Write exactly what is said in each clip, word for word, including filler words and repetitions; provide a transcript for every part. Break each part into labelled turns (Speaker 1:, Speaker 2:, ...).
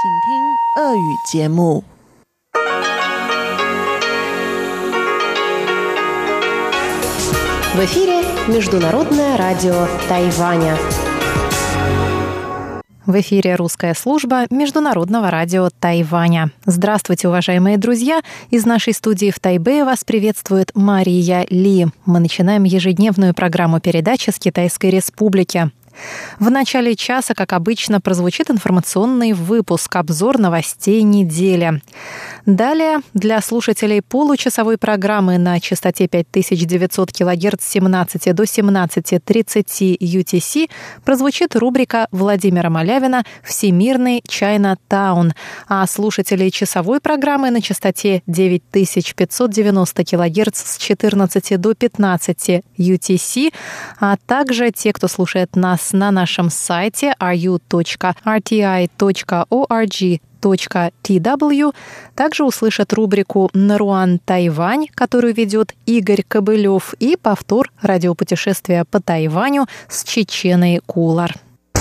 Speaker 1: 请听俄语节目。
Speaker 2: В эфире Международное радио Тайваня.
Speaker 3: В эфире русская служба Международного радио Тайваня. Здравствуйте, уважаемые друзья! Из нашей студии в Тайбэе вас приветствует Мария Ли. Мы начинаем ежедневную программу передачи с Китайской Республики. В начале часа, как обычно, прозвучит информационный выпуск, обзор новостей недели. Далее для слушателей получасовой программы на частоте пять тысяч девятьсот килогерц с семнадцати до семнадцати тридцати ю ти си прозвучит рубрика Владимира Малявина «Всемирный Чайна-таун», а слушателей часовой программы на частоте девять тысяч пятьсот девяносто килогерц с четырнадцати до пятнадцати ю ти си, а также те, кто слушает нас на нашем сайте ар ю точка ар ти ай точка орг точка ти дабл ю, также услышат рубрику «Наруан Тайвань», которую ведет Игорь Кобылев, и повтор радиопутешествия по Тайваню с Чеченой Кулар.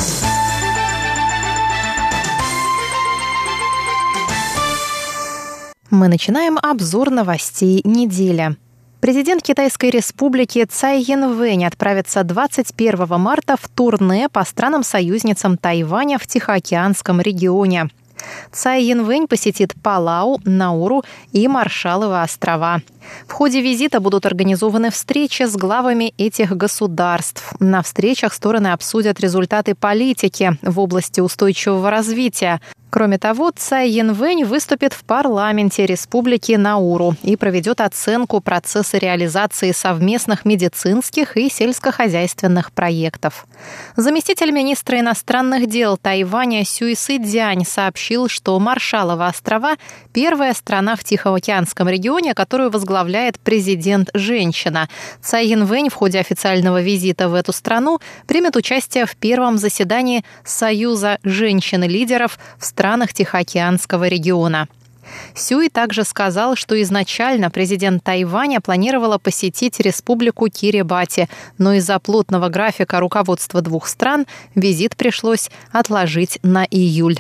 Speaker 3: Мы начинаем обзор новостей недели. Президент Китайской Республики Цай Янвэнь отправится двадцать первого марта в турне по странам-союзницам Тайваня в Тихоокеанском регионе. Цай Янвэнь посетит Палау, Науру и Маршалловы острова. В ходе визита будут организованы встречи с главами этих государств. На встречах стороны обсудят результаты политики в области устойчивого развития. Кроме того, Цай Янвэнь выступит в парламенте Республики Науру и проведет оценку процесса реализации совместных медицинских и сельскохозяйственных проектов. Заместитель министра иностранных дел Тайваня Сюй Сы Дзянь сообщил, что Маршалловы острова – первая страна в Тихоокеанском регионе, которую возглавляет президент-женщина. Цай Янвэнь в ходе официального визита в эту страну примет участие в первом заседании Союза женщин-лидеров в странах Тихоокеанского региона. Сюй также сказал, что изначально президент Тайваня планировала посетить республику Кирибати, но из-за плотного графика руководства двух стран визит пришлось отложить на июль.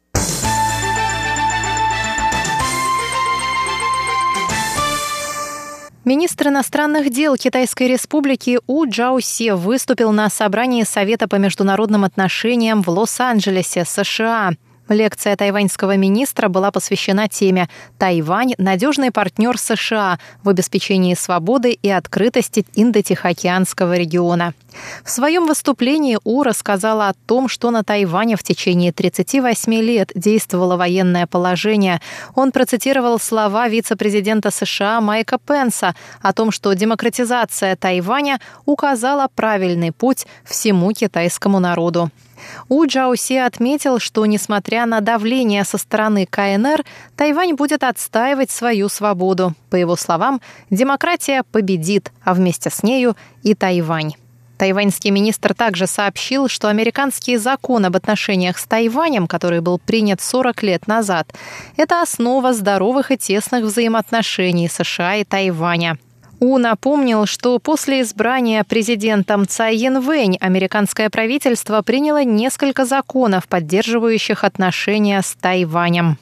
Speaker 3: Министр иностранных дел Китайской Республики У Джаосе выступил на собрании Совета по международным отношениям в Лос-Анджелесе, США. Лекция тайваньского министра была посвящена теме «Тайвань – надежный партнер США в обеспечении свободы и открытости Индо-Тихоокеанского региона». В своем выступлении У рассказала о том, что на Тайване в течение тридцати восьми лет действовало военное положение. Он процитировал слова вице-президента США Майка Пенса о том, что демократизация Тайваня указала правильный путь всему китайскому народу. У Джаосе отметил, что, несмотря на давление со стороны ка эн эр, Тайвань будет отстаивать свою свободу. По его словам, демократия победит, а вместе с нею и Тайвань. Тайваньский министр также сообщил, что американский закон об отношениях с Тайванем, который был принят сорок лет назад, это основа здоровых и тесных взаимоотношений США и Тайваня. У напомнил, что после избрания президентом Цай Янвэнь американское правительство приняло несколько законов, поддерживающих отношения с Тайванем.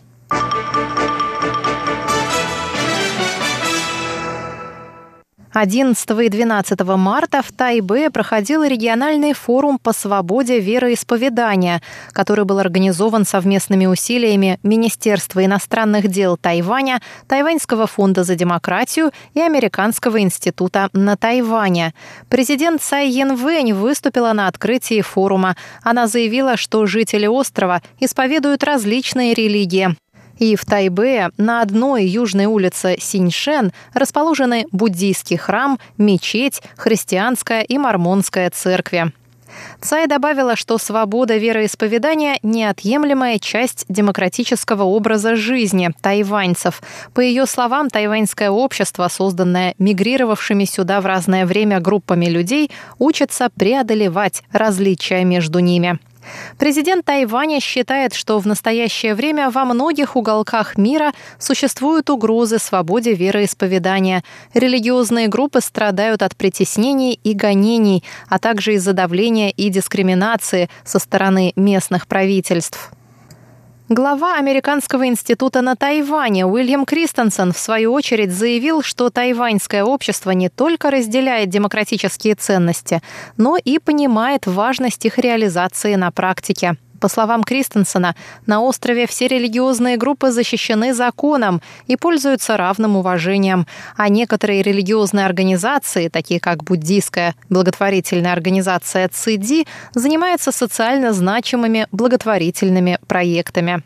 Speaker 3: одиннадцатого и двенадцатого марта в Тайбэе проходил региональный форум по свободе вероисповедания, который был организован совместными усилиями Министерства иностранных дел Тайваня, Тайваньского фонда за демократию и Американского института на Тайване. Президент Цай Янвэнь выступила на открытии форума. Она заявила, что жители острова исповедуют различные религии. И в Тайбэе на одной южной улице Синьшэн расположены буддийский храм, мечеть, христианская и мормонская церкви. Цай добавила, что свобода вероисповедания – неотъемлемая часть демократического образа жизни тайваньцев. По ее словам, тайваньское общество, созданное мигрировавшими сюда в разное время группами людей, учится преодолевать различия между ними. Президент Тайваня считает, что в настоящее время во многих уголках мира существуют угрозы свободе вероисповедания. Религиозные группы страдают от притеснений и гонений, а также из-за давления и дискриминации со стороны местных правительств. Глава Американского института на Тайване Уильям Кристенсен в свою очередь заявил, что тайваньское общество не только разделяет демократические ценности, но и понимает важность их реализации на практике. По словам Кристенсена, на острове все религиозные группы защищены законом и пользуются равным уважением, а некоторые религиозные организации, такие как буддийская благотворительная организация Ци Ди, занимаются социально значимыми благотворительными проектами.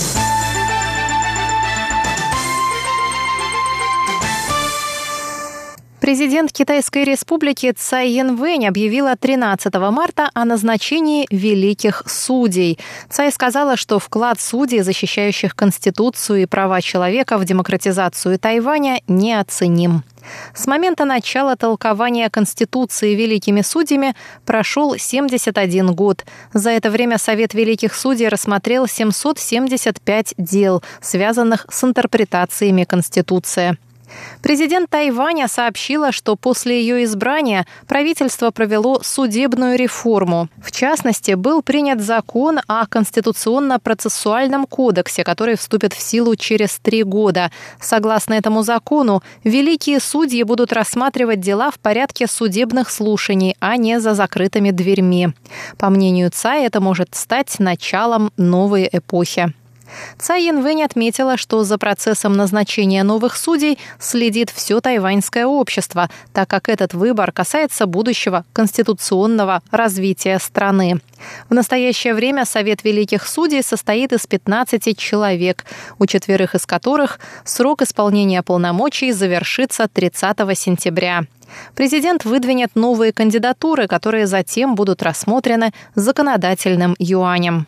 Speaker 3: Президент Китайской республики Цай Янвэнь объявила тринадцатого марта о назначении великих судей. Цай сказала, что вклад судей, защищающих Конституцию и права человека в демократизацию Тайваня, неоценим. С момента начала толкования Конституции великими судьями прошел семьдесят один год. За это время Совет великих судей рассмотрел семьсот семьдесят пять дел, связанных с интерпретациями Конституции. Президент Тайваня сообщила, что после ее избрания правительство провело судебную реформу. В частности, был принят закон о Конституционно-процессуальном кодексе, который вступит в силу через три года. Согласно этому закону, великие судьи будут рассматривать дела в порядке судебных слушаний, а не за закрытыми дверьми. По мнению Цай, это может стать началом новой эпохи. Цай Янвэнь отметила, что за процессом назначения новых судей следит все тайваньское общество, так как этот выбор касается будущего конституционного развития страны. В настоящее время Совет великих судей состоит из пятнадцати человек, у четверых из которых срок исполнения полномочий завершится тридцатого сентября. Президент выдвинет новые кандидатуры, которые затем будут рассмотрены законодательным юанем.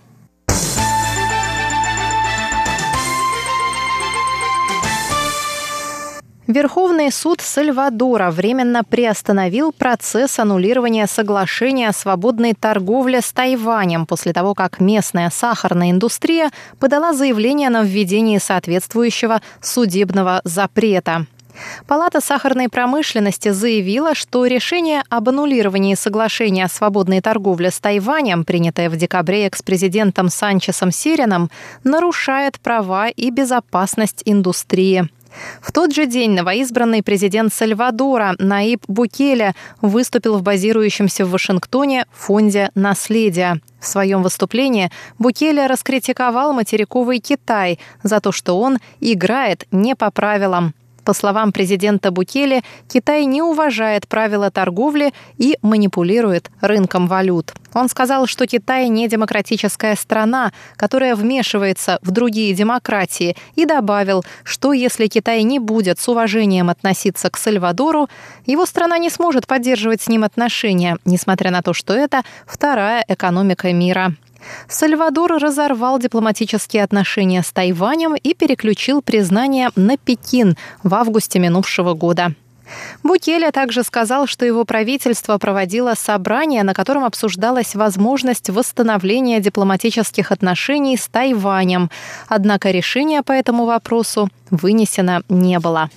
Speaker 3: Верховный суд Сальвадора временно приостановил процесс аннулирования соглашения о свободной торговле с Тайванем после того, как местная сахарная индустрия подала заявление на введение соответствующего судебного запрета. Палата сахарной промышленности заявила, что решение об аннулировании соглашения о свободной торговле с Тайванем, принятое в декабре экс-президентом Санчесом Серином, нарушает права и безопасность индустрии. В тот же день новоизбранный президент Сальвадора Наиб Букеле выступил в базирующемся в Вашингтоне фонде «Наследие». В своем выступлении Букеле раскритиковал материковый Китай за то, что он играет не по правилам. По словам президента Букеле, Китай не уважает правила торговли и манипулирует рынком валют. Он сказал, что Китай не демократическая страна, которая вмешивается в другие демократии, и добавил, что если Китай не будет с уважением относиться к Сальвадору, его страна не сможет поддерживать с ним отношения, несмотря на то, что это вторая экономика мира. Сальвадор разорвал дипломатические отношения с Тайванем и переключил признание на Пекин в августе минувшего года. Букеле также сказал, что его правительство проводило собрание, на котором обсуждалась возможность восстановления дипломатических отношений с Тайванем. Однако решение по этому вопросу вынесено не было.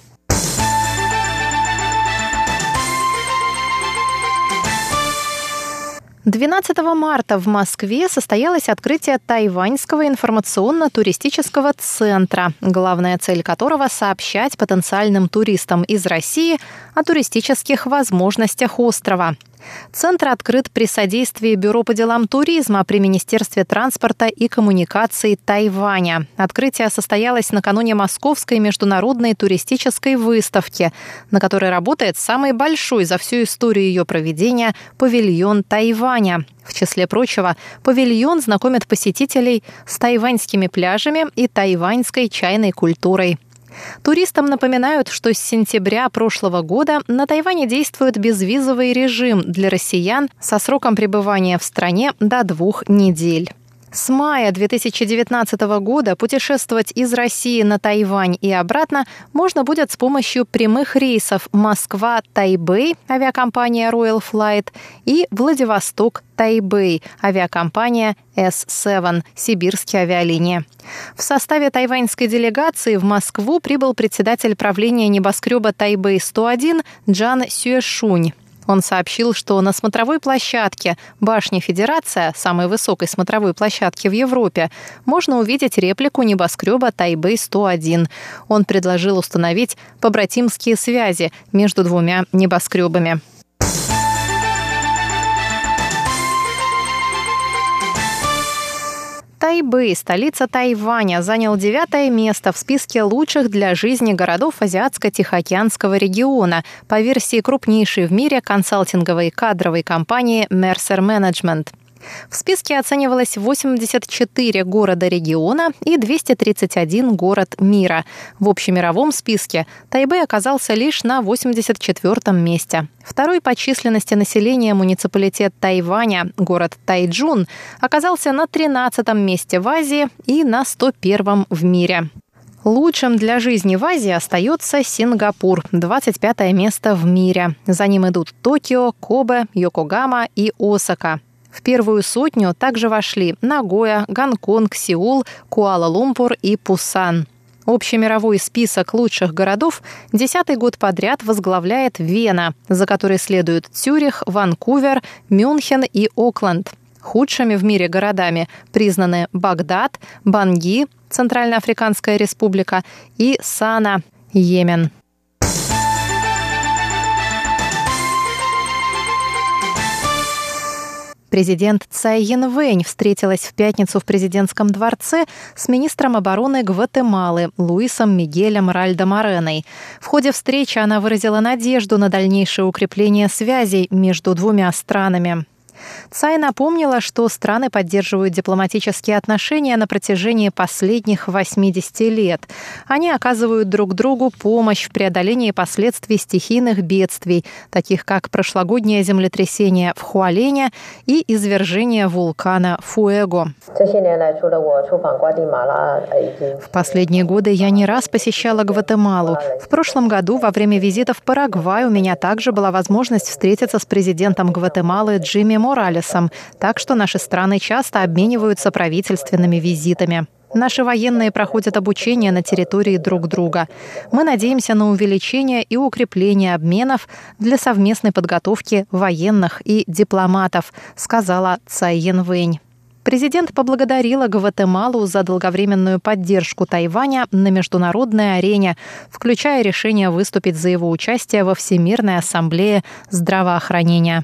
Speaker 3: двенадцатого марта в Москве состоялось открытие Тайваньского информационно-туристического центра, главная цель которого – сообщать потенциальным туристам из России о туристических возможностях острова. Центр открыт при содействии Бюро по делам туризма при Министерстве транспорта и коммуникаций Тайваня. Открытие состоялось накануне Московской международной туристической выставки, на которой работает самый большой за всю историю ее проведения павильон Тайваня. В числе прочего, павильон знакомит посетителей с тайваньскими пляжами и тайваньской чайной культурой. Туристам напоминают, что с сентября прошлого года на Тайване действует безвизовый режим для россиян со сроком пребывания в стране до двух недель. С мая две тысячи девятнадцатого года путешествовать из России на Тайвань и обратно можно будет с помощью прямых рейсов Москва-Тайбэй, авиакомпания Royal Flight, и Владивосток-Тайбэй, авиакомпания эс семь, сибирские авиалинии. В составе тайваньской делегации в Москву прибыл председатель правления небоскреба Тайбэй сто один Джан Сюэшунь. Он сообщил, что на смотровой площадке башни Федерация, самой высокой смотровой площадки в Европе, можно увидеть реплику небоскреба Тайбэй сто один. Он предложил установить побратимские связи между двумя небоскребами. Тайбэй, столица Тайваня, занял девятое место в списке лучших для жизни городов Азиатско-Тихоокеанского региона по версии крупнейшей в мире консалтинговой кадровой компании Mercer Management. В списке оценивалось восемьдесят четыре города региона и двести тридцать один город мира. В общемировом списке Тайбэй оказался лишь на восемьдесят четвёртом месте. Второй по численности населения муниципалитет Тайваня, город Тайчжун, оказался на тринадцатом месте в Азии и на сто первом в мире. Лучшим для жизни в Азии остается Сингапур, двадцать пятое место в мире. За ним идут Токио, Кобе, Йокогама и Осака. В первую сотню также вошли Нагоя, Гонконг, Сеул, Куала-Лумпур и Пусан. Общемировой список лучших городов десятый год подряд возглавляет Вена, за которой следуют Цюрих, Ванкувер, Мюнхен и Окленд. Худшими в мире городами признаны Багдад, Банги, Центральноафриканская республика, и Сана, Йемен. Президент Цай Янвэнь встретилась в пятницу в президентском дворце с министром обороны Гватемалы Луисом Мигелем Ральдо-Мореной. В ходе встречи она выразила надежду на дальнейшее укрепление связей между двумя странами. Цай напомнила, что страны поддерживают дипломатические отношения на протяжении последних восьмидесяти лет. Они оказывают друг другу помощь в преодолении последствий стихийных бедствий, таких как прошлогоднее землетрясение в Хуалене и извержение вулкана Фуэго. В последние годы я не раз посещала Гватемалу. В прошлом году во время визита в Парагвай у меня также была возможность встретиться с президентом Гватемалы Джимми Моралесом, так что наши страны часто обмениваются правительственными визитами. Наши военные проходят обучение на территории друг друга. Мы надеемся на увеличение и укрепление обменов для совместной подготовки военных и дипломатов, сказала Цай Янвэнь. Президент поблагодарила Гватемалу за долговременную поддержку Тайваня на международной арене, включая решение выступить за его участие во Всемирной ассамблее здравоохранения.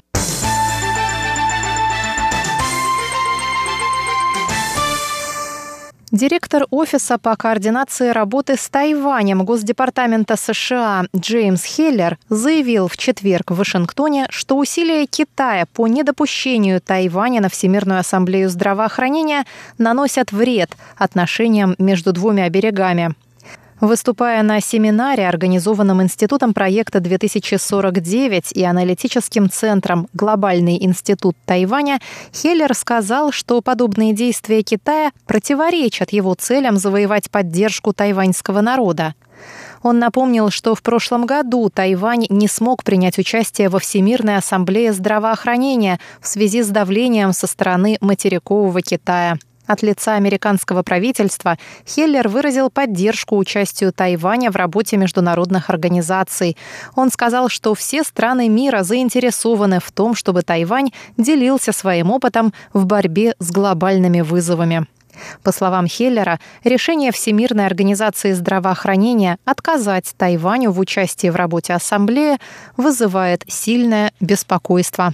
Speaker 3: Директор Офиса по координации работы с Тайванем Госдепартамента США Джеймс Хеллер заявил в четверг в Вашингтоне, что усилия Китая по недопущению Тайваня на Всемирную ассамблею здравоохранения наносят вред отношениям между двумя берегами. Выступая на семинаре, организованном Институтом проекта две тысячи сорок девять и аналитическим центром «Глобальный институт Тайваня», Хеллер сказал, что подобные действия Китая противоречат его целям завоевать поддержку тайваньского народа. Он напомнил, что в прошлом году Тайвань не смог принять участие во Всемирной ассамблее здравоохранения в связи с давлением со стороны материкового Китая. От лица американского правительства Хеллер выразил поддержку участию Тайваня в работе международных организаций. Он сказал, что все страны мира заинтересованы в том, чтобы Тайвань делился своим опытом в борьбе с глобальными вызовами. По словам Хеллера, решение Всемирной организации здравоохранения отказать Тайваню в участии в работе ассамблеи вызывает сильное беспокойство.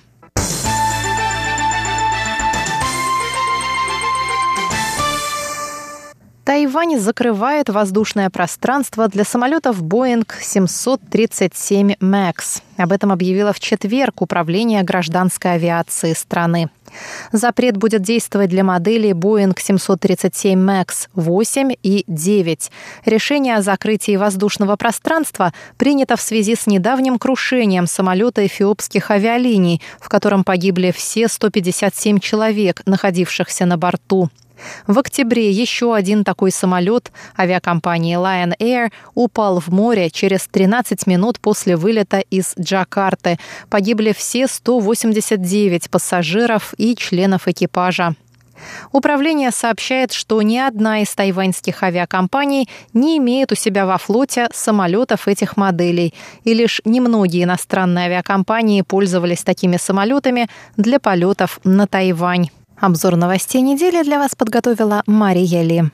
Speaker 3: Тайвань закрывает воздушное пространство для самолетов Боинг семьсот тридцать семь макс. Об этом объявило в четверг Управление гражданской авиации страны. Запрет будет действовать для моделей Боинг семьсот тридцать семь макс восемь и девять. Решение о закрытии воздушного пространства принято в связи с недавним крушением самолета эфиопских авиалиний, в котором погибли все сто пятьдесят семь человек, находившихся на борту. В октябре еще один такой самолет авиакомпании Lion Air упал в море через тринадцать минут после вылета из Джакарты. Погибли все сто восемьдесят девять пассажиров и членов экипажа. Управление сообщает, что ни одна из тайваньских авиакомпаний не имеет у себя во флоте самолетов этих моделей, и лишь немногие иностранные авиакомпании пользовались такими самолетами для полетов на Тайвань. Обзор новостей недели для вас подготовила Мария Ли.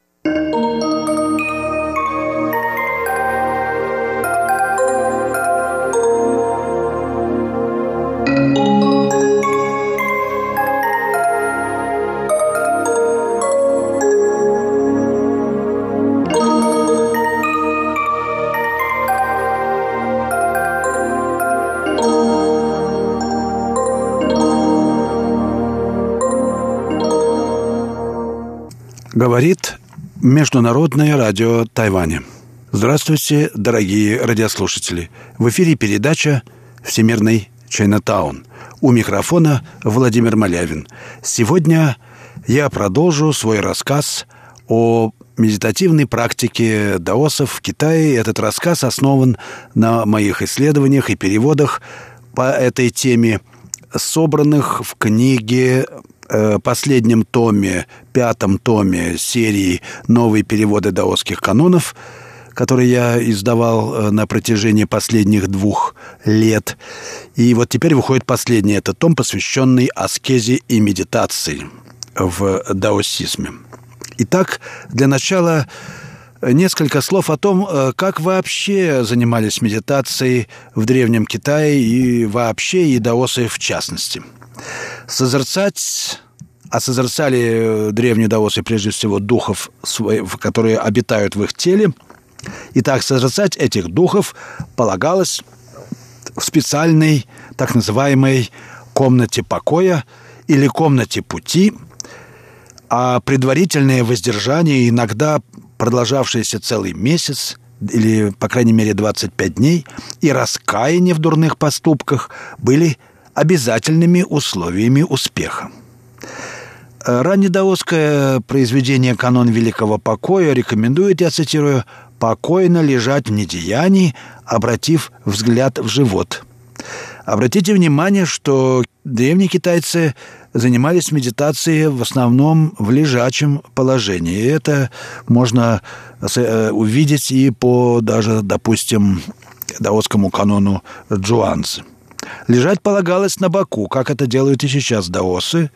Speaker 4: Говорит Международное радио Тайваня. Здравствуйте, дорогие радиослушатели. В эфире передача «Всемирный Чайнатаун». У микрофона Владимир Малявин. Сегодня я продолжу свой рассказ о медитативной практике даосов в Китае. Этот рассказ основан на моих исследованиях и переводах по этой теме, собранных в книге, последнем томе, пятом томе серии «Новые переводы даосских канонов», который я издавал на протяжении последних двух лет. И вот теперь выходит последний этот том, посвященный аскезе и медитации в даосизме. Итак, для начала несколько слов о том, как вообще занимались медитацией в Древнем Китае и вообще, и даосы в частности. Созерцать, а созерцали древние даосы прежде всего духов, которые обитают в их теле. Итак, созерцать этих духов полагалось в специальной так называемой комнате покоя или комнате пути, а предварительное воздержание, иногда продолжавшееся целый месяц, или, по крайней мере, двадцать пять дней, и раскаяние в дурных поступках были обязательными условиями успеха. Раннедаосское произведение «Канон Великого Покоя» рекомендует, я цитирую, «покойно лежать в недеянии, обратив взгляд в живот». Обратите внимание, что древние китайцы занимались медитацией в основном в лежачем положении. И это можно увидеть и по даже, допустим, даосскому канону Джуанцзы. Лежать полагалось на боку, как это делают и сейчас даосы,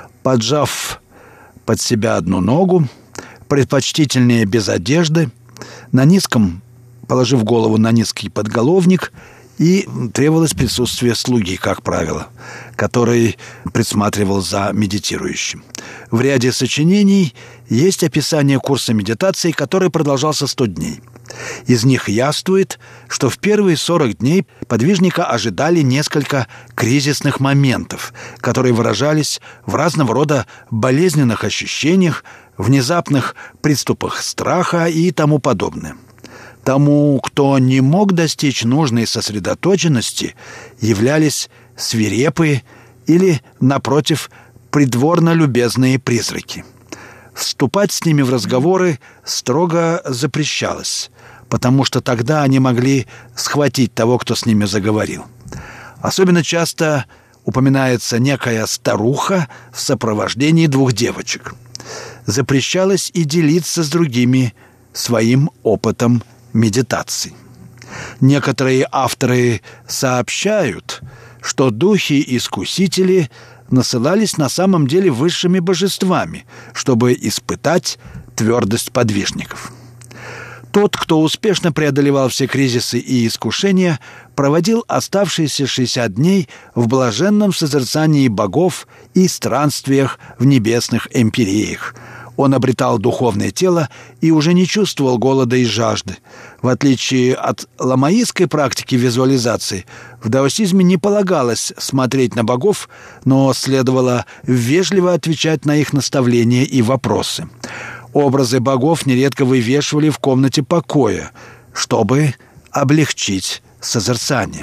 Speaker 4: поджав под себя одну ногу, предпочтительнее без одежды, на низком, положив голову на низкий подголовник, и требовалось присутствие слуги, как правило, который присматривал за медитирующим. В ряде сочинений есть описание курса медитации, который продолжался сто дней. Из них явствует, что в первые сорок дней подвижника ожидали несколько кризисных моментов, которые выражались в разного рода болезненных ощущениях, внезапных приступах страха и тому подобное. Тому, кто не мог достичь нужной сосредоточенности, являлись свирепые или, напротив, придворно-любезные призраки. Вступать с ними в разговоры строго запрещалось, потому что тогда они могли схватить того, кто с ними заговорил. Особенно часто упоминается некая старуха в сопровождении двух девочек. Запрещалось и делиться с другими своим опытом медитации. Некоторые авторы сообщают, что духи-искусители насылались на самом деле высшими божествами, чтобы испытать твердость подвижников. Тот, кто успешно преодолевал все кризисы и искушения, проводил оставшиеся шестьдесят дней в блаженном созерцании богов и странствиях в небесных эмпиреях. Он обретал духовное тело и уже не чувствовал голода и жажды. В отличие от ламаистской практики визуализации, в даосизме не полагалось смотреть на богов, но следовало вежливо отвечать на их наставления и вопросы. Образы богов нередко вывешивали в комнате покоя, чтобы облегчить созерцание.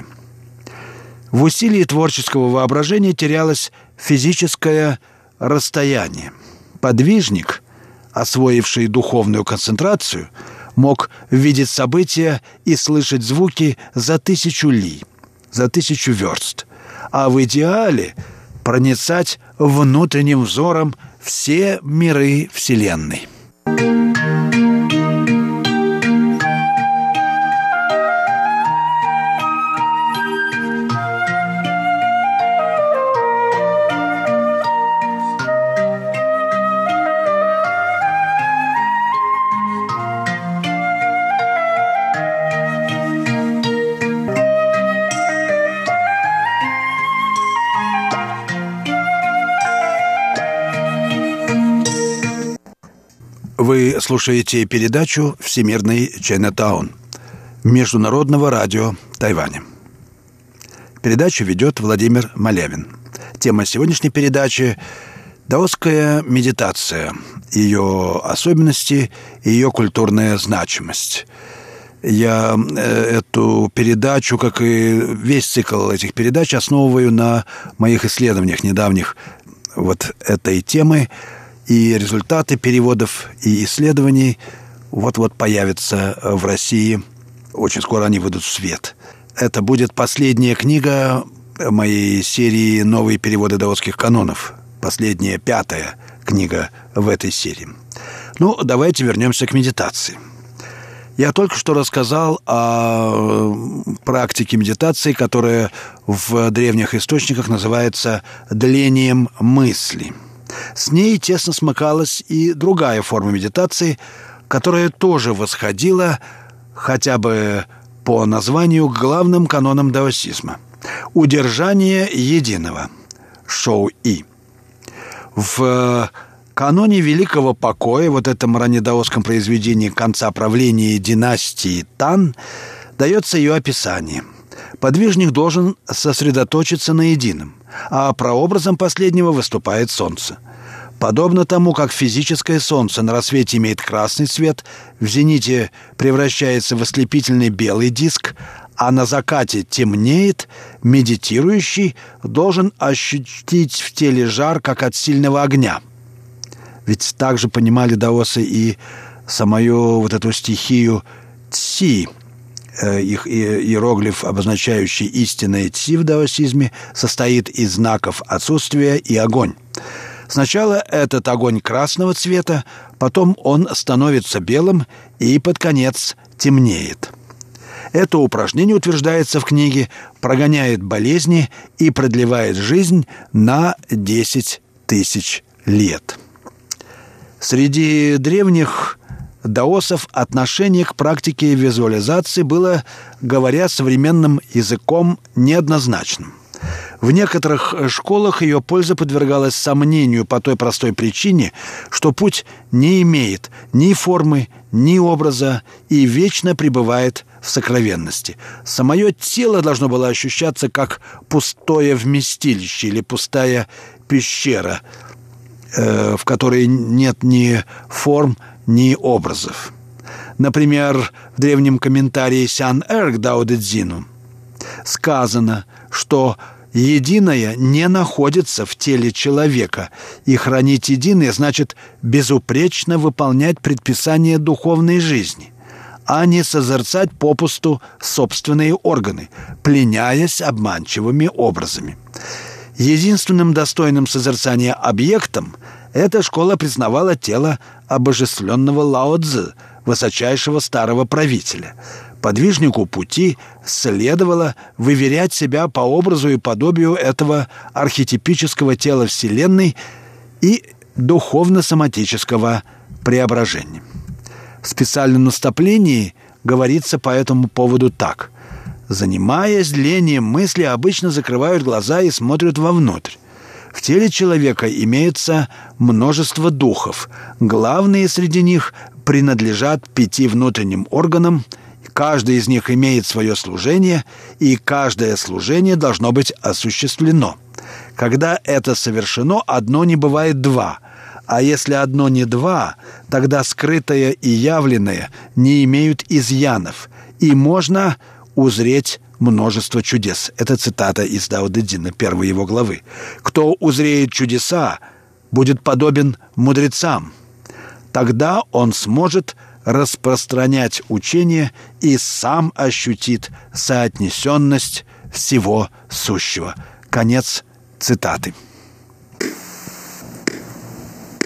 Speaker 4: В усилии творческого воображения терялось физическое расстояние. Подвижник, освоивший духовную концентрацию, мог видеть события и слышать звуки за тысячу ли, за тысячу верст, а в идеале проницать внутренним взором все миры Вселенной. Вы слушаете передачу «Всемирный Чайнатаун» Международного радио Тайваня. Передачу ведет Владимир Малявин. Тема сегодняшней передачи – даосская медитация, ее особенности и ее культурная значимость. Я эту передачу, как и весь цикл этих передач, основываю на моих исследованиях недавних вот этой темы. И результаты переводов и исследований вот-вот появятся в России. Очень скоро они выйдут в свет. Это будет последняя книга моей серии «Новые переводы даосских канонов». Последняя, пятая книга в этой серии. Ну, давайте вернемся к медитации. Я только что рассказал о практике медитации, которая в древних источниках называется «длением мысли». С ней тесно смыкалась и другая форма медитации, которая тоже восходила хотя бы по названию к главным канонам даосизма – удержание единого – шоу-и. В каноне Великого Покоя, вот этом раннедаосском произведении конца правления династии Тан, дается ее описание. Подвижник должен сосредоточиться на едином, а прообразом последнего выступает солнце. Подобно тому, как физическое солнце на рассвете имеет красный цвет, в зените превращается в ослепительный белый диск, а на закате темнеет, медитирующий должен ощутить в теле жар, как от сильного огня. Ведь также понимали даосы и самую вот эту стихию ци. Их иероглиф, обозначающий истинное ци в даосизме, состоит из знаков отсутствия и огонь. Сначала этот огонь красного цвета, потом он становится белым и под конец темнеет. Это упражнение, утверждается в книге, прогоняет болезни и продлевает жизнь на десять тысяч лет. Среди древних даосов отношение к практике визуализации было, говоря современным языком, неоднозначным. В некоторых школах ее польза подвергалась сомнению по той простой причине, что путь не имеет ни формы, ни образа и вечно пребывает в сокровенности. Самое тело должно было ощущаться как пустое вместилище или пустая пещера, в которой нет ни форм, ни образов. Например, в древнем комментарии Сян-Эр к Дао Дэ Цзину сказано, что единое не находится в теле человека, и хранить единое значит безупречно выполнять предписания духовной жизни, а не созерцать попусту собственные органы, пленяясь обманчивыми образами. Единственным достойным созерцания объектом эта школа признавала тело обожествленного Лао Цзы, высочайшего старого правителя. Подвижнику пути следовало выверять себя по образу и подобию этого архетипического тела Вселенной и духовно-соматического преображения. В специальном наставлении говорится по этому поводу так: «Занимаясь длением мысли, обычно закрывают глаза и смотрят вовнутрь. В теле человека имеется множество духов. Главные среди них принадлежат пяти внутренним органам. Каждый из них имеет свое служение, и каждое служение должно быть осуществлено. Когда это совершено, одно не бывает два, а если одно не два, тогда скрытое и явленное не имеют изъянов, и можно узреть множество чудес». Это цитата из Дао Дэ Цзина, первой его главы. «Кто узреет чудеса, будет подобен мудрецам. Тогда он сможет распространять учение и сам ощутит соотнесенность всего сущего». Конец цитаты.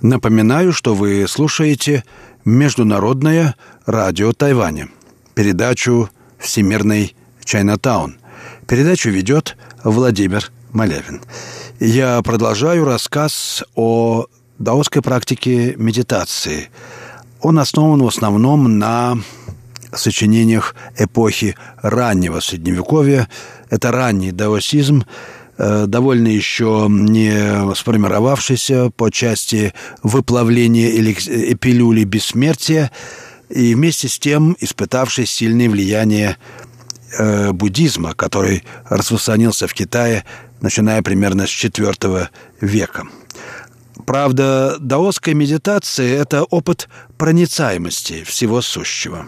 Speaker 4: Напоминаю, что вы слушаете Международное радио Тайваня, передачу «Всемирный Чайнатаун». Передачу ведет Владимир Малявин. Я продолжаю рассказ о даосской практике медитации. Он основан в основном на сочинениях эпохи раннего Средневековья. Это ранний даосизм, довольно еще не сформировавшийся по части выплавления пилюли бессмертия и вместе с тем испытавший сильное влияние буддизма, который распространился в Китае, начиная примерно с четвёртого века. Правда, даосская медитация – это опыт проницаемости всего сущего,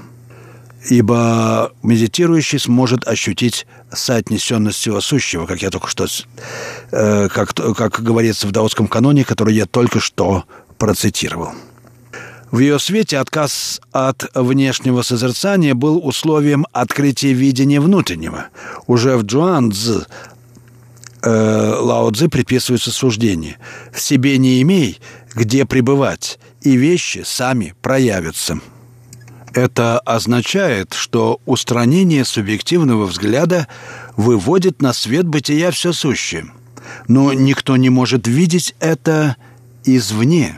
Speaker 4: ибо медитирующий сможет ощутить соотнесенность всего сущего, как я только что, э, как, как говорится в даосском каноне, который я только что процитировал. В ее свете отказ от внешнего созерцания был условием открытия видения внутреннего. Уже в Джуан-цзы э, Лао Цзы приписывается суждение: «В себе не имей, где пребывать, и вещи сами проявятся». Это означает, что устранение субъективного взгляда выводит на свет бытия все сущее. Но никто не может видеть это извне.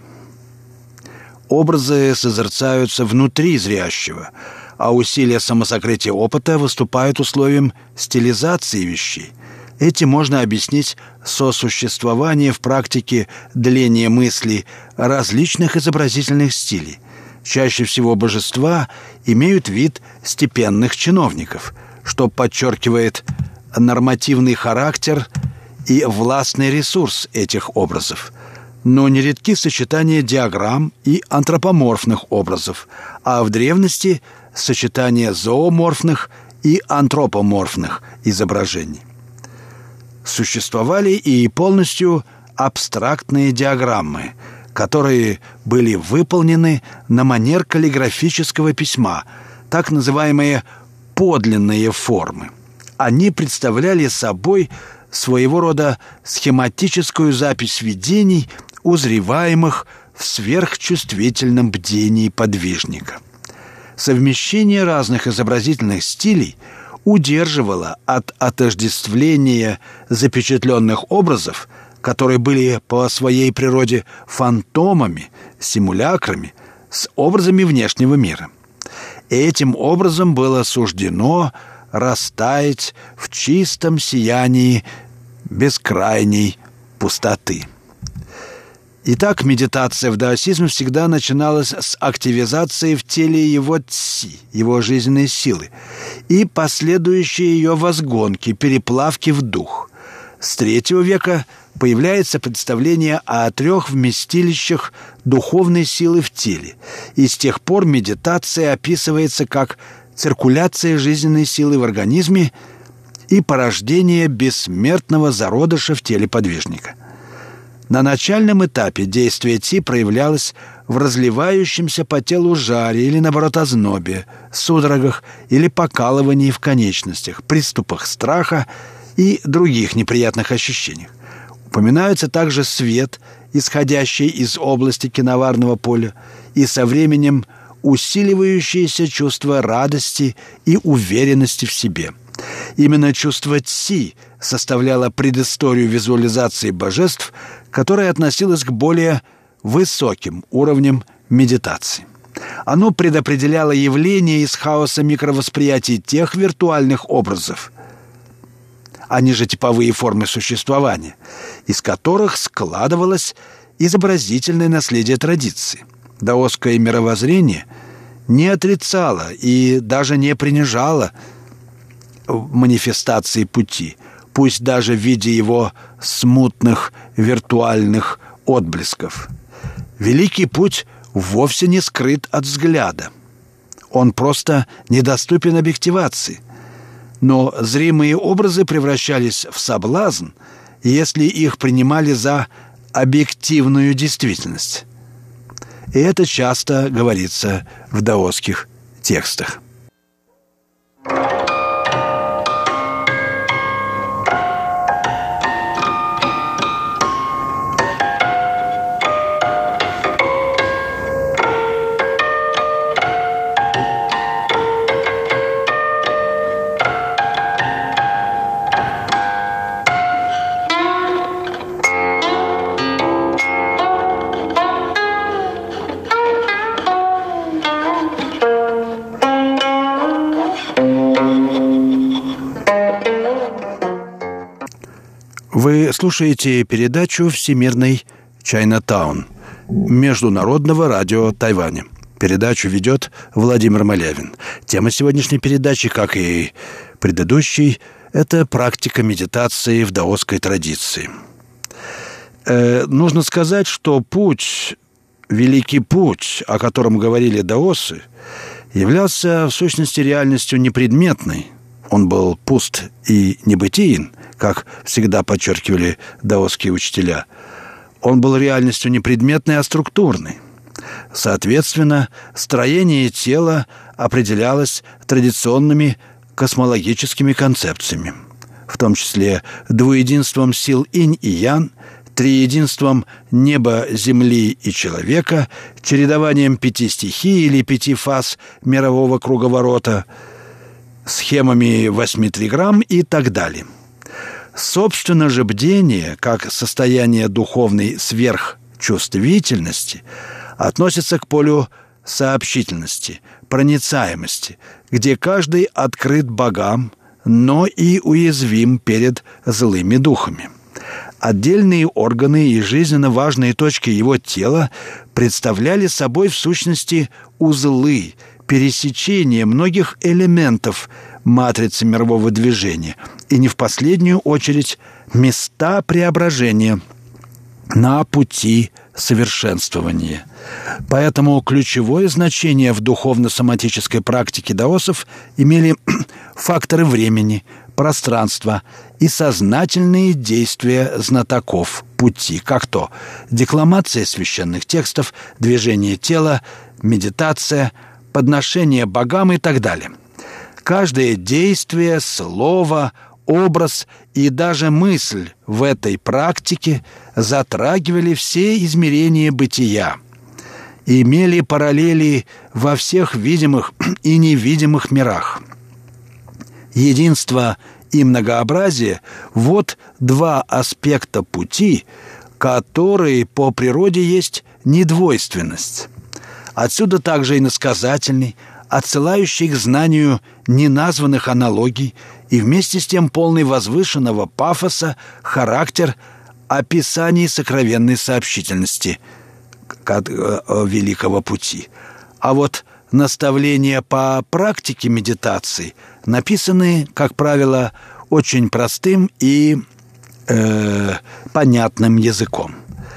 Speaker 4: Образы созерцаются внутри зрящего, а усилия самосокрытия опыта выступают условием стилизации вещей. Этим можно объяснить сосуществование в практике дления мысли различных изобразительных стилей. Чаще всего божества имеют вид степенных чиновников, что подчеркивает нормативный характер и властный ресурс этих образов. Но нередки сочетания диаграмм и антропоморфных образов, а в древности сочетание зооморфных и антропоморфных изображений. Существовали и полностью абстрактные диаграммы, которые были выполнены на манер каллиграфического письма, так называемые подлинные формы. Они представляли собой своего рода схематическую запись видений, узреваемых в сверхчувствительном бдении подвижника. Совмещение разных изобразительных стилей удерживало от отождествления запечатленных образов, которые были по своей природе фантомами, симулякрами, с образами внешнего мира. Этим образом было суждено растаять в чистом сиянии бескрайней пустоты. Итак, медитация в даосизме всегда начиналась с активизации в теле его ци, его жизненной силы, и последующей ее возгонки, переплавки в дух. С третьего века появляется представление о трех вместилищах духовной силы в теле, и с тех пор медитация описывается как циркуляция жизненной силы в организме и порождение бессмертного зародыша в теле подвижника. На начальном этапе действие ци проявлялось в разливающемся по телу жаре или, наоборот, ознобе, судорогах или покалывании в конечностях, приступах страха и других неприятных ощущениях. Упоминаются также свет, исходящий из области киноварного поля, и со временем усиливающееся чувство радости и уверенности в себе. Именно чувство ци составляло предысторию визуализации божеств, которая относилась к более высоким уровням медитации. Оно предопределяло явление из хаоса микровосприятий тех виртуальных образов, они же типовые формы существования, из которых складывалось изобразительное наследие традиции. Даосское мировоззрение не отрицало и даже не принижало манифестации пути, пусть даже в виде его смутных виртуальных отблесков. Великий путь вовсе не скрыт от взгляда. Он просто недоступен объективации. Но зримые образы превращались в соблазн, если их принимали за объективную действительность. И это часто говорится в даосских текстах. слушаете передачу «Всемирный Чайнатаун» Международного радио Тайваня. Передачу ведет Владимир Малявин. Тема сегодняшней передачи, как и предыдущей, это практика медитации в даосской традиции. Э, нужно сказать, что путь, великий путь, о котором говорили даосы, являлся в сущности реальностью непредметной. Он был пуст и небытиен, как всегда подчеркивали даосские учителя. Он был реальностью непредметной, а структурной. Соответственно, строение тела определялось традиционными космологическими концепциями, в том числе двуединством сил инь и ян, триединством неба, земли и человека, чередованием пяти стихий или пяти фаз мирового круговорота, схемами восьми триграмм и так далее. Собственно же, бдение, как состояние духовной сверхчувствительности, относится к полю сообщительности, проницаемости, где каждый открыт богам, но и уязвим перед злыми духами. Отдельные органы и жизненно важные точки его тела представляли собой в сущности узлы, пересечение многих элементов матрицы мирового движения и не в последнюю очередь места преображения на пути совершенствования. Поэтому ключевое значение в духовно-соматической практике даосов имели факторы времени, пространства и сознательные действия знатоков пути, как то декламация священных текстов, движение тела, медитация, подношение богам и так далее. Каждое действие, слово, образ и даже мысль в этой практике затрагивали все измерения бытия, имели параллели во всех видимых и невидимых мирах. Единство и многообразие – вот два аспекта пути, которые по природе есть недвойственность. Отсюда также иносказательный, отсылающий к знанию неназванных аналогий и вместе с тем полный возвышенного пафоса характер описаний сокровенной сообщительности великого пути. А вот наставления по практике медитации написаны, как правило, очень простым и э, понятным языком.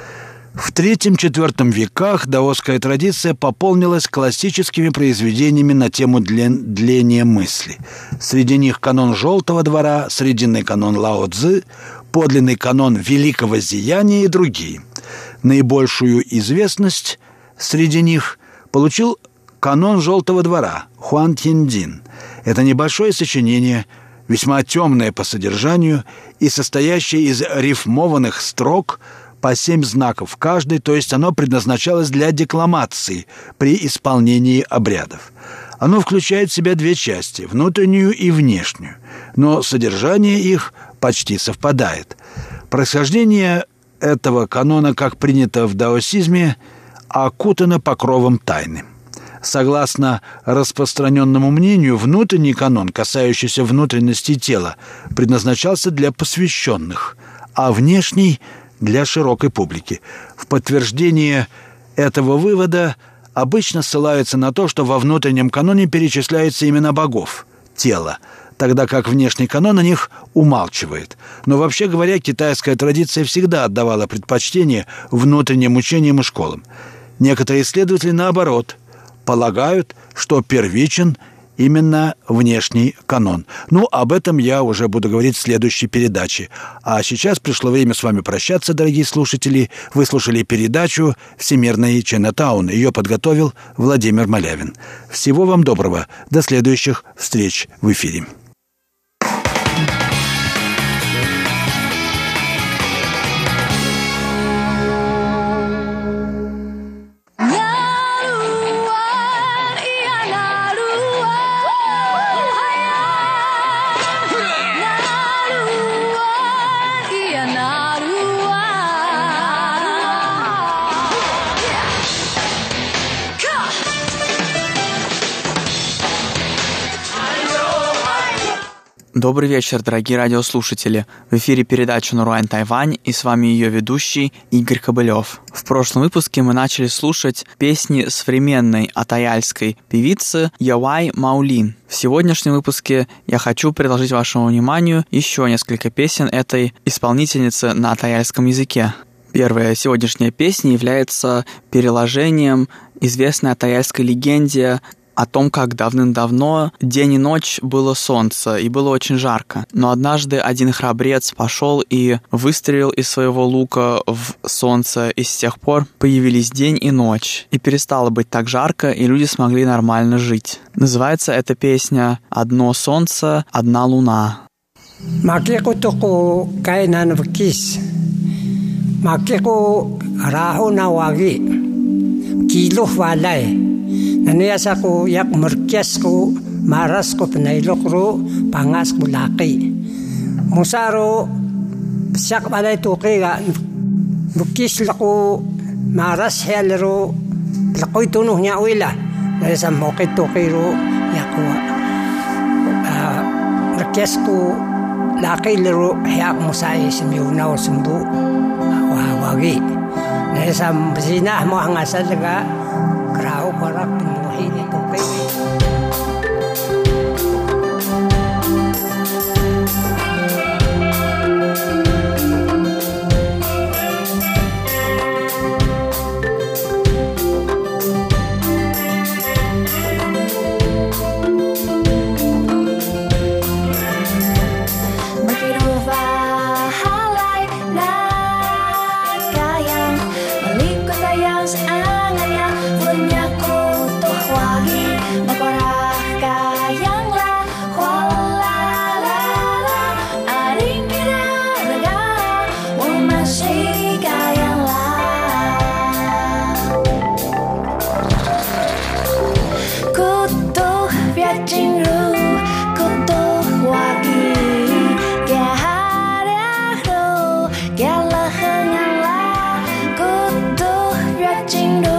Speaker 4: В третьем-четвертом веках даосская традиция пополнилась классическими произведениями на тему дления мысли. Среди них канон Желтого двора, срединный канон Лао Цзы, подлинный канон Великого Зияния и другие. Наибольшую известность среди них получил канон Желтого двора Хуан Тяньдин. Это небольшое сочинение, весьма темное по содержанию и состоящее из рифмованных строк по семь знаков каждый, то есть оно предназначалось для декламации при исполнении обрядов. Оно включает в себя две части, внутреннюю и внешнюю, но содержание их почти совпадает. Происхождение этого канона, как принято в даосизме, окутано покровом тайны. Согласно распространенному мнению, внутренний канон, касающийся внутренности тела, предназначался для посвященных, а внешний – для широкой публики. В подтверждение этого вывода обычно ссылаются на то, что во внутреннем каноне перечисляются имена богов, тела, тогда как внешний канон о них умалчивает. Но вообще говоря, китайская традиция всегда отдавала предпочтение внутренним учениям и школам. Некоторые исследователи, наоборот, полагают, что первичен именно внешний канон. Ну, об этом я уже буду говорить в следующей передаче. А сейчас пришло время с вами прощаться, дорогие слушатели. Вы слушали передачу «Всемирный Чайнатаун». Ее подготовил Владимир Малявин. Всего вам доброго. До следующих встреч в эфире.
Speaker 5: I know I Добрый вечер, дорогие радиослушатели. В эфире передача «Нуруань Тайвань» и с вами ее ведущий Игорь Кобылев. В прошлом выпуске мы начали слушать песни современной атаяльской певицы Явай Маулин. В сегодняшнем выпуске я хочу предложить вашему вниманию еще несколько песен этой исполнительницы на атаяльском языке. Первая сегодняшняя песня является переложением известной атаяльской легенде о том, как давным-давно день и ночь было солнце, и было очень жарко. Но однажды один храбрец пошел и выстрелил из своего лука в солнце, и с тех пор появились день и ночь. И перестало быть так жарко, и люди смогли нормально жить. Называется эта песня «Одно солнце, одна луна».
Speaker 6: Макекутуку кайнанвкис, макеку рахунаваги, килух валай. Naniyasa ko yak merkias ko maras ko panailok ro pangas ko laki. Musaro siyak balay tuki ga bukis lako maras helero lakoy tunuh niya uila. Naniyasa mokit tuki ro yako merkias ko laki lero hiyak musay simyunaw sumbu wawagi. Naniyasa sinah mo ang asal ga Grau parak penuhi di topeng.
Speaker 7: Jingle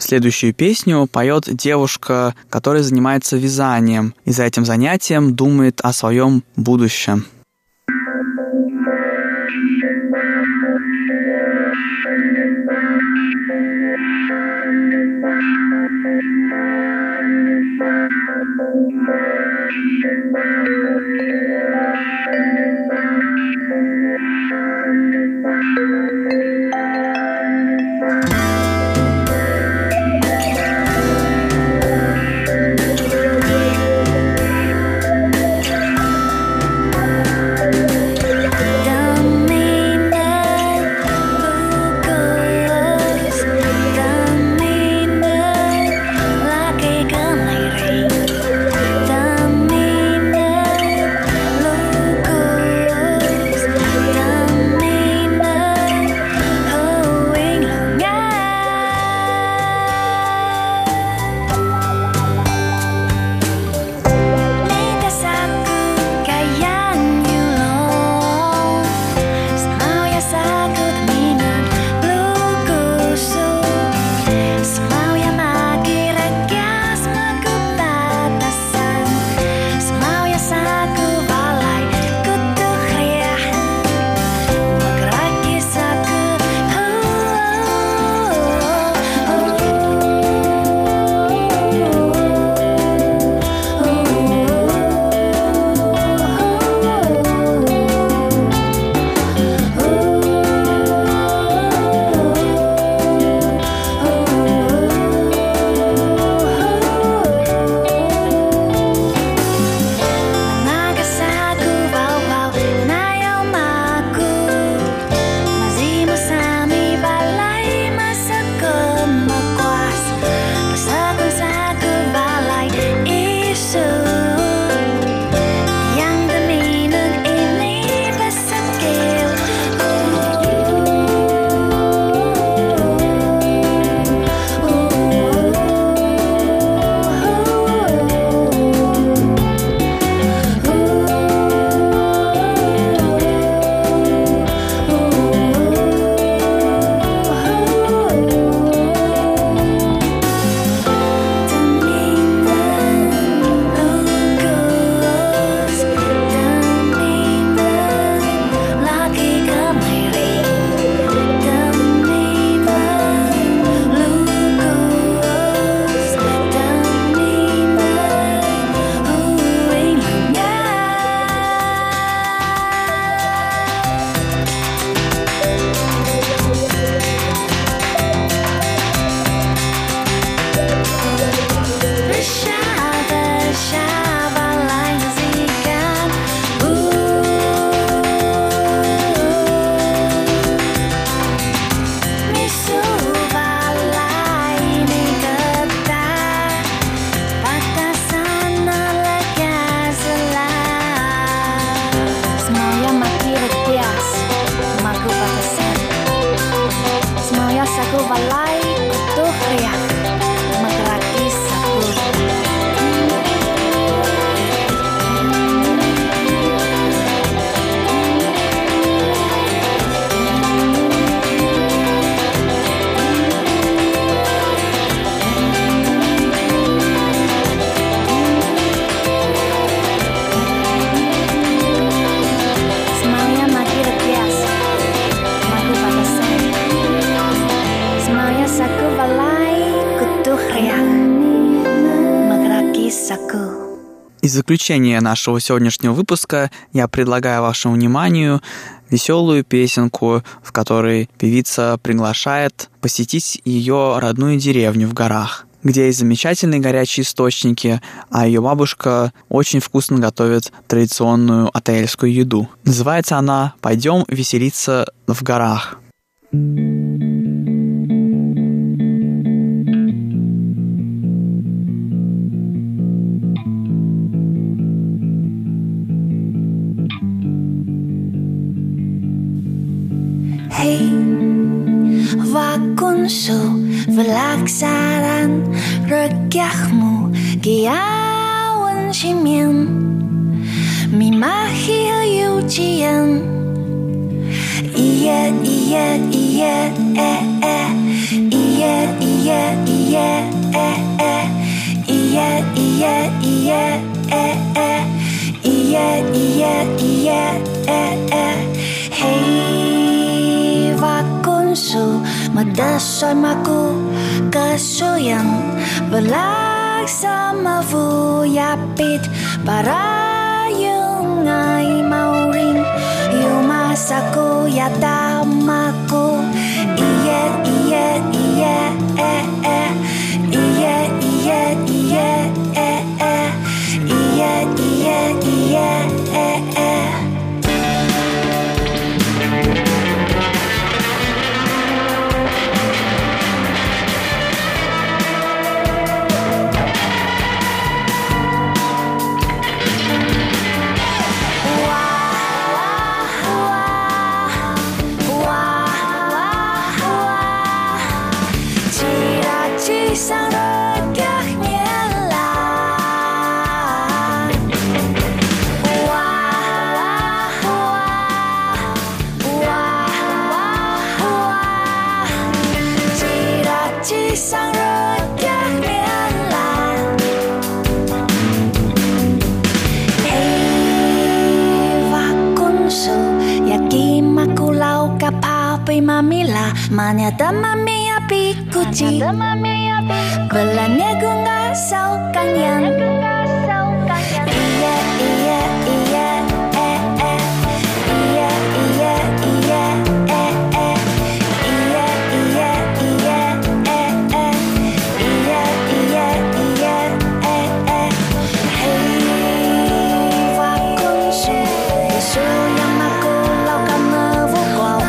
Speaker 5: Следующую песню поет девушка, которая занимается вязанием, и за этим занятием думает о своем будущем. И в заключение нашего сегодняшнего выпуска я предлагаю вашему вниманию веселую песенку, в которой певица приглашает посетить ее родную деревню в горах, где есть замечательные горячие источники, а ее бабушка очень вкусно готовит традиционную атаэльскую еду. Называется она «Пойдем веселиться в горах».
Speaker 7: Hei, vakunsu velaksaran rekyahmu giawan shimian mimahil yujian iya iya iya eh eh iya iya iya yeah, eh, eh. Yeah, yeah, yeah, eh, eh. Yeah, yeah, yeah, eh, eh. Hey, vakunsu madasamaku kasuyang balaksama vuyapit para yung ay mauring yumasaku yatamaku. Yeah, yeah, yeah, eh, eh. Yeah, yeah, yeah, eh, eh. Yeah, yeah, yeah, eh, eh. Mamila, manyata mami api kuci, belanya gunga sau kanyan. Iya iya iya eh eh, iya iya iya eh eh, iya iya iya eh eh, iya iya iya eh eh. Hey, vakunsu, isu yang aku lakukan ngevukwau.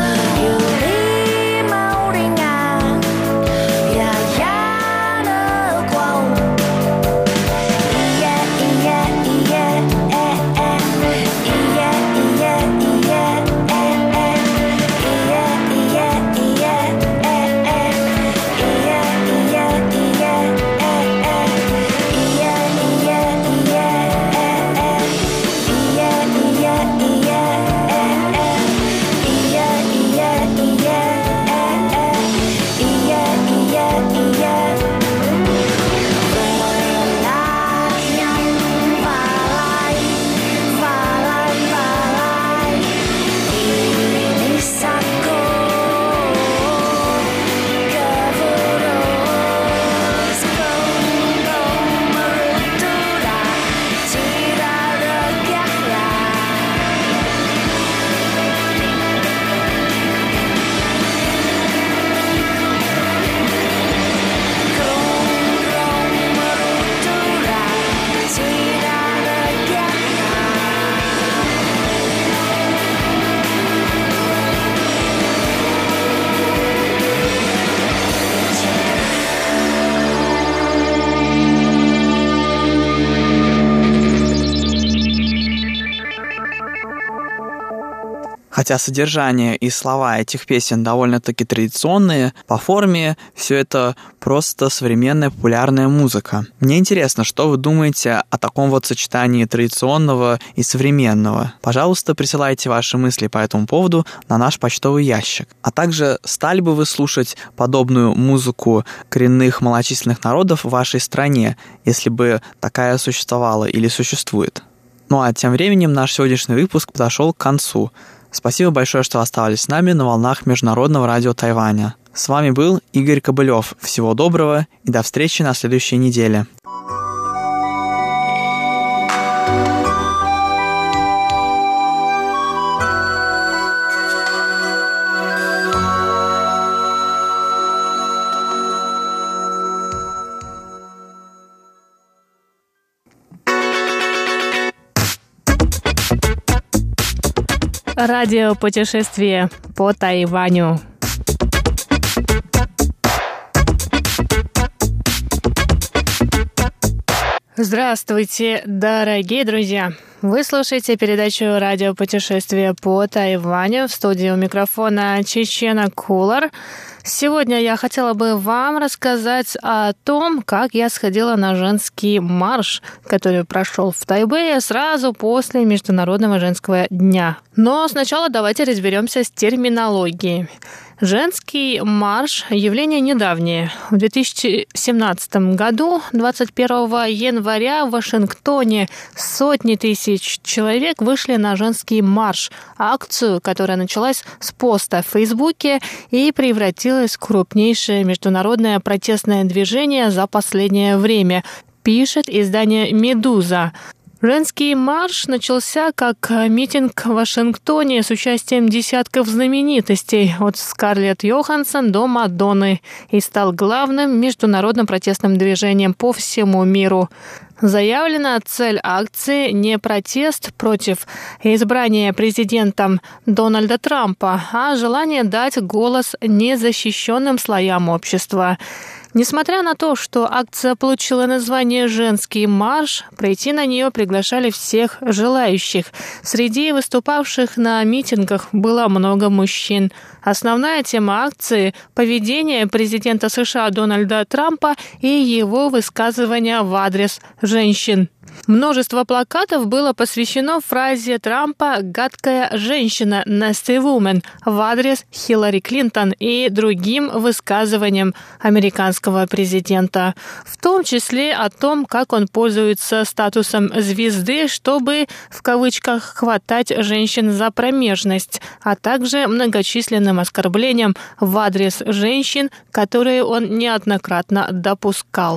Speaker 5: Хотя содержание и слова этих песен довольно-таки традиционные, по форме все это просто современная популярная музыка. Мне интересно, что вы думаете о таком вот сочетании традиционного и современного. Пожалуйста, присылайте ваши мысли по этому поводу на наш почтовый ящик. А также, стали бы вы слушать подобную музыку коренных малочисленных народов в вашей стране, если бы такая существовала или существует? Ну а тем временем наш сегодняшний выпуск подошел к концу. Спасибо большое, что оставались с нами на волнах Международного радио Тайваня. С вами был Игорь Кобылев. Всего доброго и до встречи на следующей неделе.
Speaker 8: Радиопутешествие по Тайваню. Здравствуйте, дорогие друзья! Вы слушаете передачу «Радиопутешествие по Тайваню». В студии у микрофона Чечена Кулар. Сегодня я хотела бы вам рассказать о том, как я сходила на женский марш, который прошел в Тайбэе сразу после Международного женского дня. Но сначала давайте разберемся с терминологией. Женский марш – явление недавнее. В две тысячи семнадцатом году, двадцать первого января, в Вашингтоне сотни тысяч человек вышли на женский марш, акцию, которая началась с поста в Фейсбуке и превратилась в крупнейшее международное протестное движение за последнее время, пишет издание «Медуза». Женский марш начался как митинг в Вашингтоне с участием десятков знаменитостей, от Скарлетт Йоханссон до Мадонны, и стал главным международным протестным движением по всему миру. Заявлена цель акции не протест против избрания президентом Дональда Трампа, а желание дать голос незащищенным слоям общества. Несмотря на то, что акция получила название «Женский марш», прийти на нее приглашали всех желающих. Среди выступавших на митингах было много мужчин. Основная тема акции – поведение президента США Дональда Трампа и его высказывания в адрес женщин. Множество плакатов было посвящено фразе Трампа «гадкая женщина» «nasty woman» в адрес Хиллари Клинтон и другим высказываниям американского президента, в том числе о том, как он пользуется статусом звезды, чтобы, в кавычках, хватать женщин за промежность, а также многочисленным оскорблениям в адрес женщин, которые он неоднократно допускал.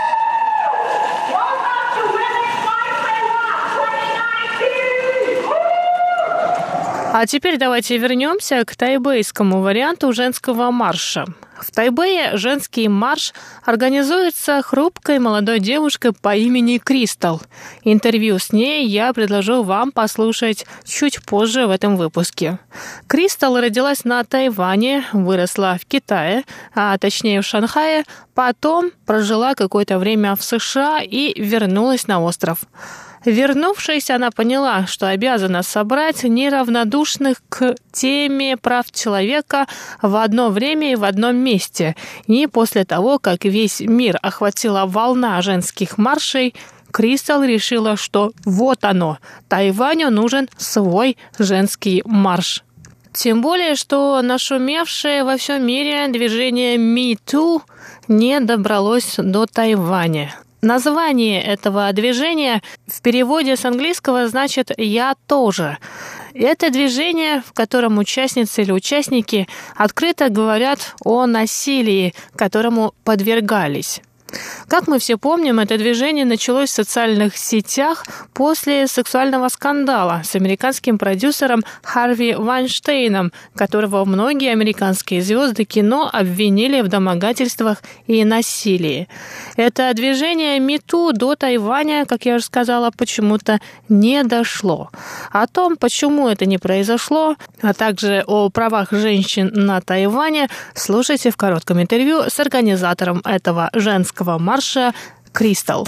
Speaker 8: А теперь давайте вернемся к тайбэйскому варианту женского марша. В Тайбэе женский марш организуется хрупкой молодой девушкой по имени Кристал. Интервью с ней я предложу вам послушать чуть позже в этом выпуске. Кристал родилась на Тайване, выросла в Китае, а точнее в Шанхае, потом прожила какое-то время в США и вернулась на остров. Вернувшись, она поняла, что обязана собрать неравнодушных к теме прав человека в одно время и в одном месте. И после того, как весь мир охватила волна женских маршей, Кристал решила, что вот оно, Тайваню нужен свой женский марш. Тем более, что нашумевшее во всем мире движение «Me Too» не добралось до Тайваня. Название этого движения в переводе с английского значит «я тоже». Это движение, в котором участницы или участники открыто говорят о насилии, которому подвергались. Как мы все помним, это движение началось в социальных сетях после сексуального скандала с американским продюсером Харви Вайнштейном, которого многие американские звезды кино обвинили в домогательствах и насилии. Это движение Me Too до Тайваня, как я уже сказала, почему-то не дошло. О том, почему это не произошло, а также о правах женщин на Тайване, слушайте в коротком интервью с организатором этого женского марша Кристал.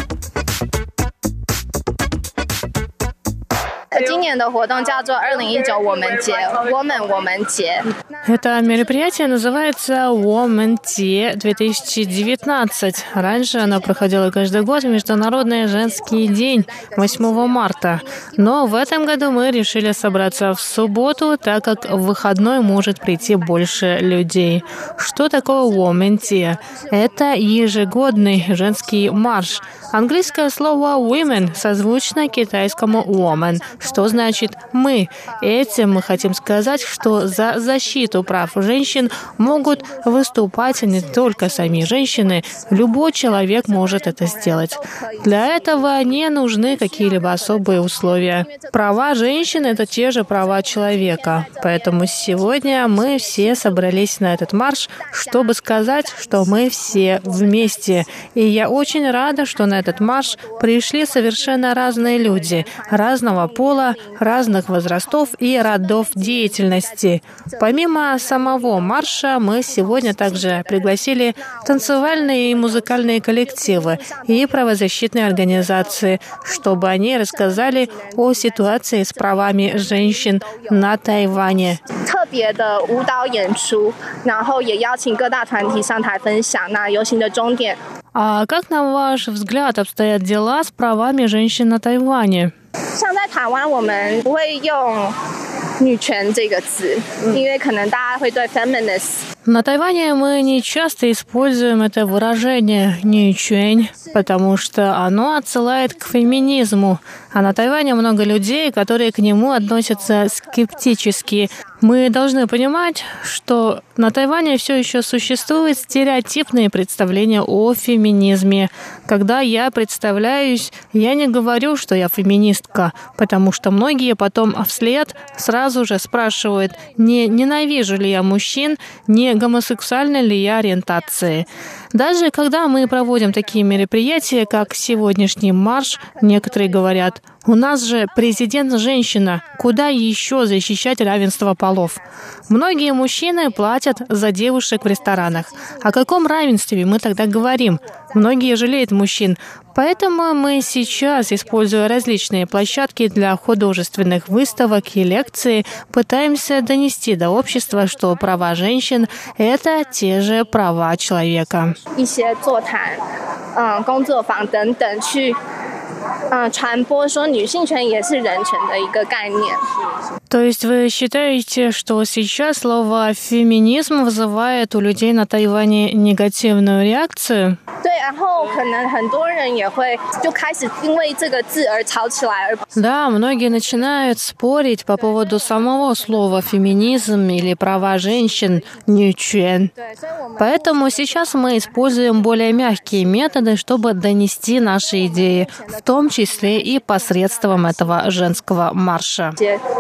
Speaker 8: Это мероприятие называется Woman Day две тысячи девятнадцать. Раньше оно проходило каждый год в Международный женский день восьмого марта. Но в этом году мы решили собраться в субботу, так как в выходной может прийти больше людей. Что такое Woman Day? Это ежегодный женский марш. Английское слово women созвучно китайскому woman, что значит «мы». Этим мы хотим сказать, что за защиту прав женщин могут выступать не только сами женщины, любой человек может это сделать. Для этого не нужны какие-либо особые условия. Права женщин – это те же права человека. Поэтому сегодня мы все собрались на этот марш, чтобы сказать, что мы все вместе. И я очень рада, что на этот марш пришли совершенно разные люди, разного пола, разных возрастов и родов деятельности. Помимо самого марша, мы сегодня также пригласили танцевальные и музыкальные коллективы и правозащитные организации, чтобы они рассказали о ситуации с правами женщин на Тайване. А как, на ваш взгляд, обстоят дела с правами женщин на Тайване?
Speaker 9: 女权这个字，因为可能大家会对 feminist。
Speaker 8: На Тайване мы не часто используем это выражение «нючень», потому что оно отсылает к феминизму. А на Тайване много людей, которые к нему относятся скептически. Мы должны понимать, что на Тайване все еще существуют стереотипные представления о феминизме. Когда я представляюсь, я не говорю, что я феминистка, потому что многие потом вслед сразу же спрашивают, не ненавижу ли я мужчин, не гомосексуальной ли я ориентации. Даже когда мы проводим такие мероприятия, как сегодняшний марш, некоторые говорят, у нас же президент женщина, куда еще защищать равенство полов? Многие мужчины платят за девушек в ресторанах. О каком равенстве мы тогда говорим? Многие жалеют мужчин. Поэтому мы сейчас, используя различные площадки для художественных выставок и лекций, пытаемся донести до общества, что права женщин – это те же права человека.
Speaker 9: 一些座谈、嗯、工作坊等等去。嗯，传播说女性权也是人权的一个概念。
Speaker 8: То есть вы считаете, что сейчас слово «феминизм» вызывает у людей на Тайване негативную реакцию?
Speaker 9: 对，然后可能很多人也会就开始因为这个字而吵起来。
Speaker 8: Да, многие начинают спорить по поводу самого слова «феминизм» или «права женщин» «нючuen». Поэтому сейчас мы используем более мягкие методы, чтобы донести наши идеи, в том числе и посредством этого женского марша.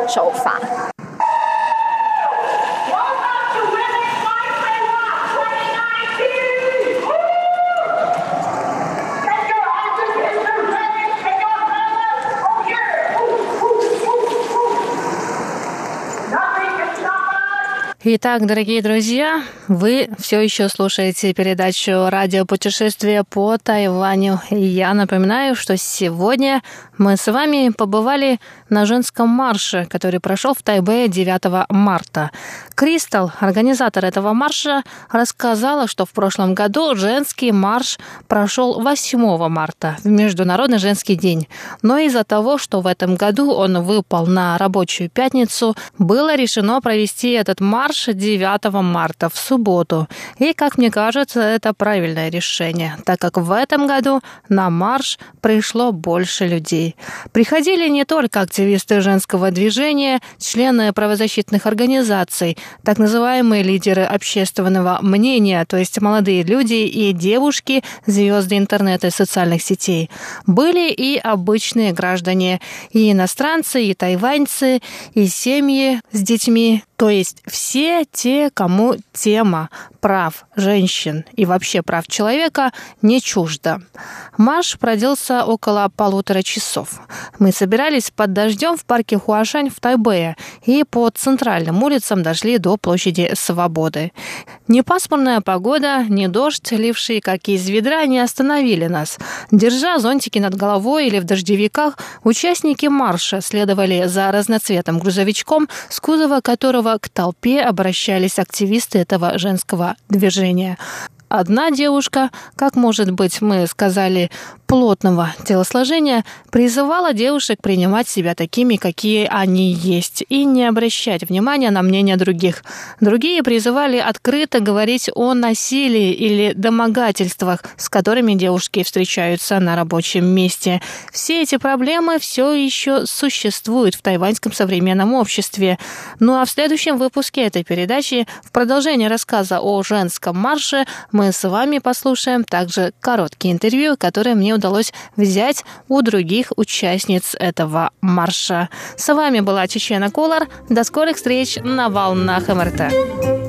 Speaker 8: Итак, дорогие друзья, вы все еще слушаете передачу «Радио путешествия по Тайваню». И я напоминаю, что сегодня мы с вами побывали на женском марше, который прошел в Тайбэе девятого марта. Кристал, организатор этого марша, рассказала, что в прошлом году женский марш прошел восьмого марта, в Международный женский день. Но из-за того, что в этом году он выпал на рабочую пятницу, было решено провести этот марш девятого марта, в субботу. И, как мне кажется, это правильное решение, так как в этом году на марш пришло больше людей. Приходили не только активисты женского движения, члены правозащитных организаций, так называемые лидеры общественного мнения, то есть молодые люди и девушки, звезды интернета и социальных сетей. Были и обычные граждане, и иностранцы, и тайваньцы, и семьи с детьми. То есть все те, кому тема прав женщин и вообще прав человека не чужда. Марш продлился около полутора часов. Мы собирались под дождем в парке Хуашань в Тайбэе и по центральным улицам дошли до площади Свободы. Ни пасмурная погода, ни дождь, ливший как из ведра, не остановили нас. Держа зонтики над головой или в дождевиках, участники марша следовали за разноцветным грузовичком, с кузова которого к толпе обращались активисты этого женского движения. Одна девушка, как, может быть, мы сказали, плотного телосложения, призывала девушек принимать себя такими, какие они есть, и не обращать внимания на мнение других. Другие призывали открыто говорить о насилии или домогательствах, с которыми девушки встречаются на рабочем месте. Все эти проблемы все еще существуют в тайваньском современном обществе. Ну а в следующем выпуске этой передачи, в продолжение рассказа о женском марше, мы с вами послушаем также короткие интервью, которые мне удалось взять у других участниц этого марша. С вами была Чечена Кулар. До скорых встреч на волнах МРТ.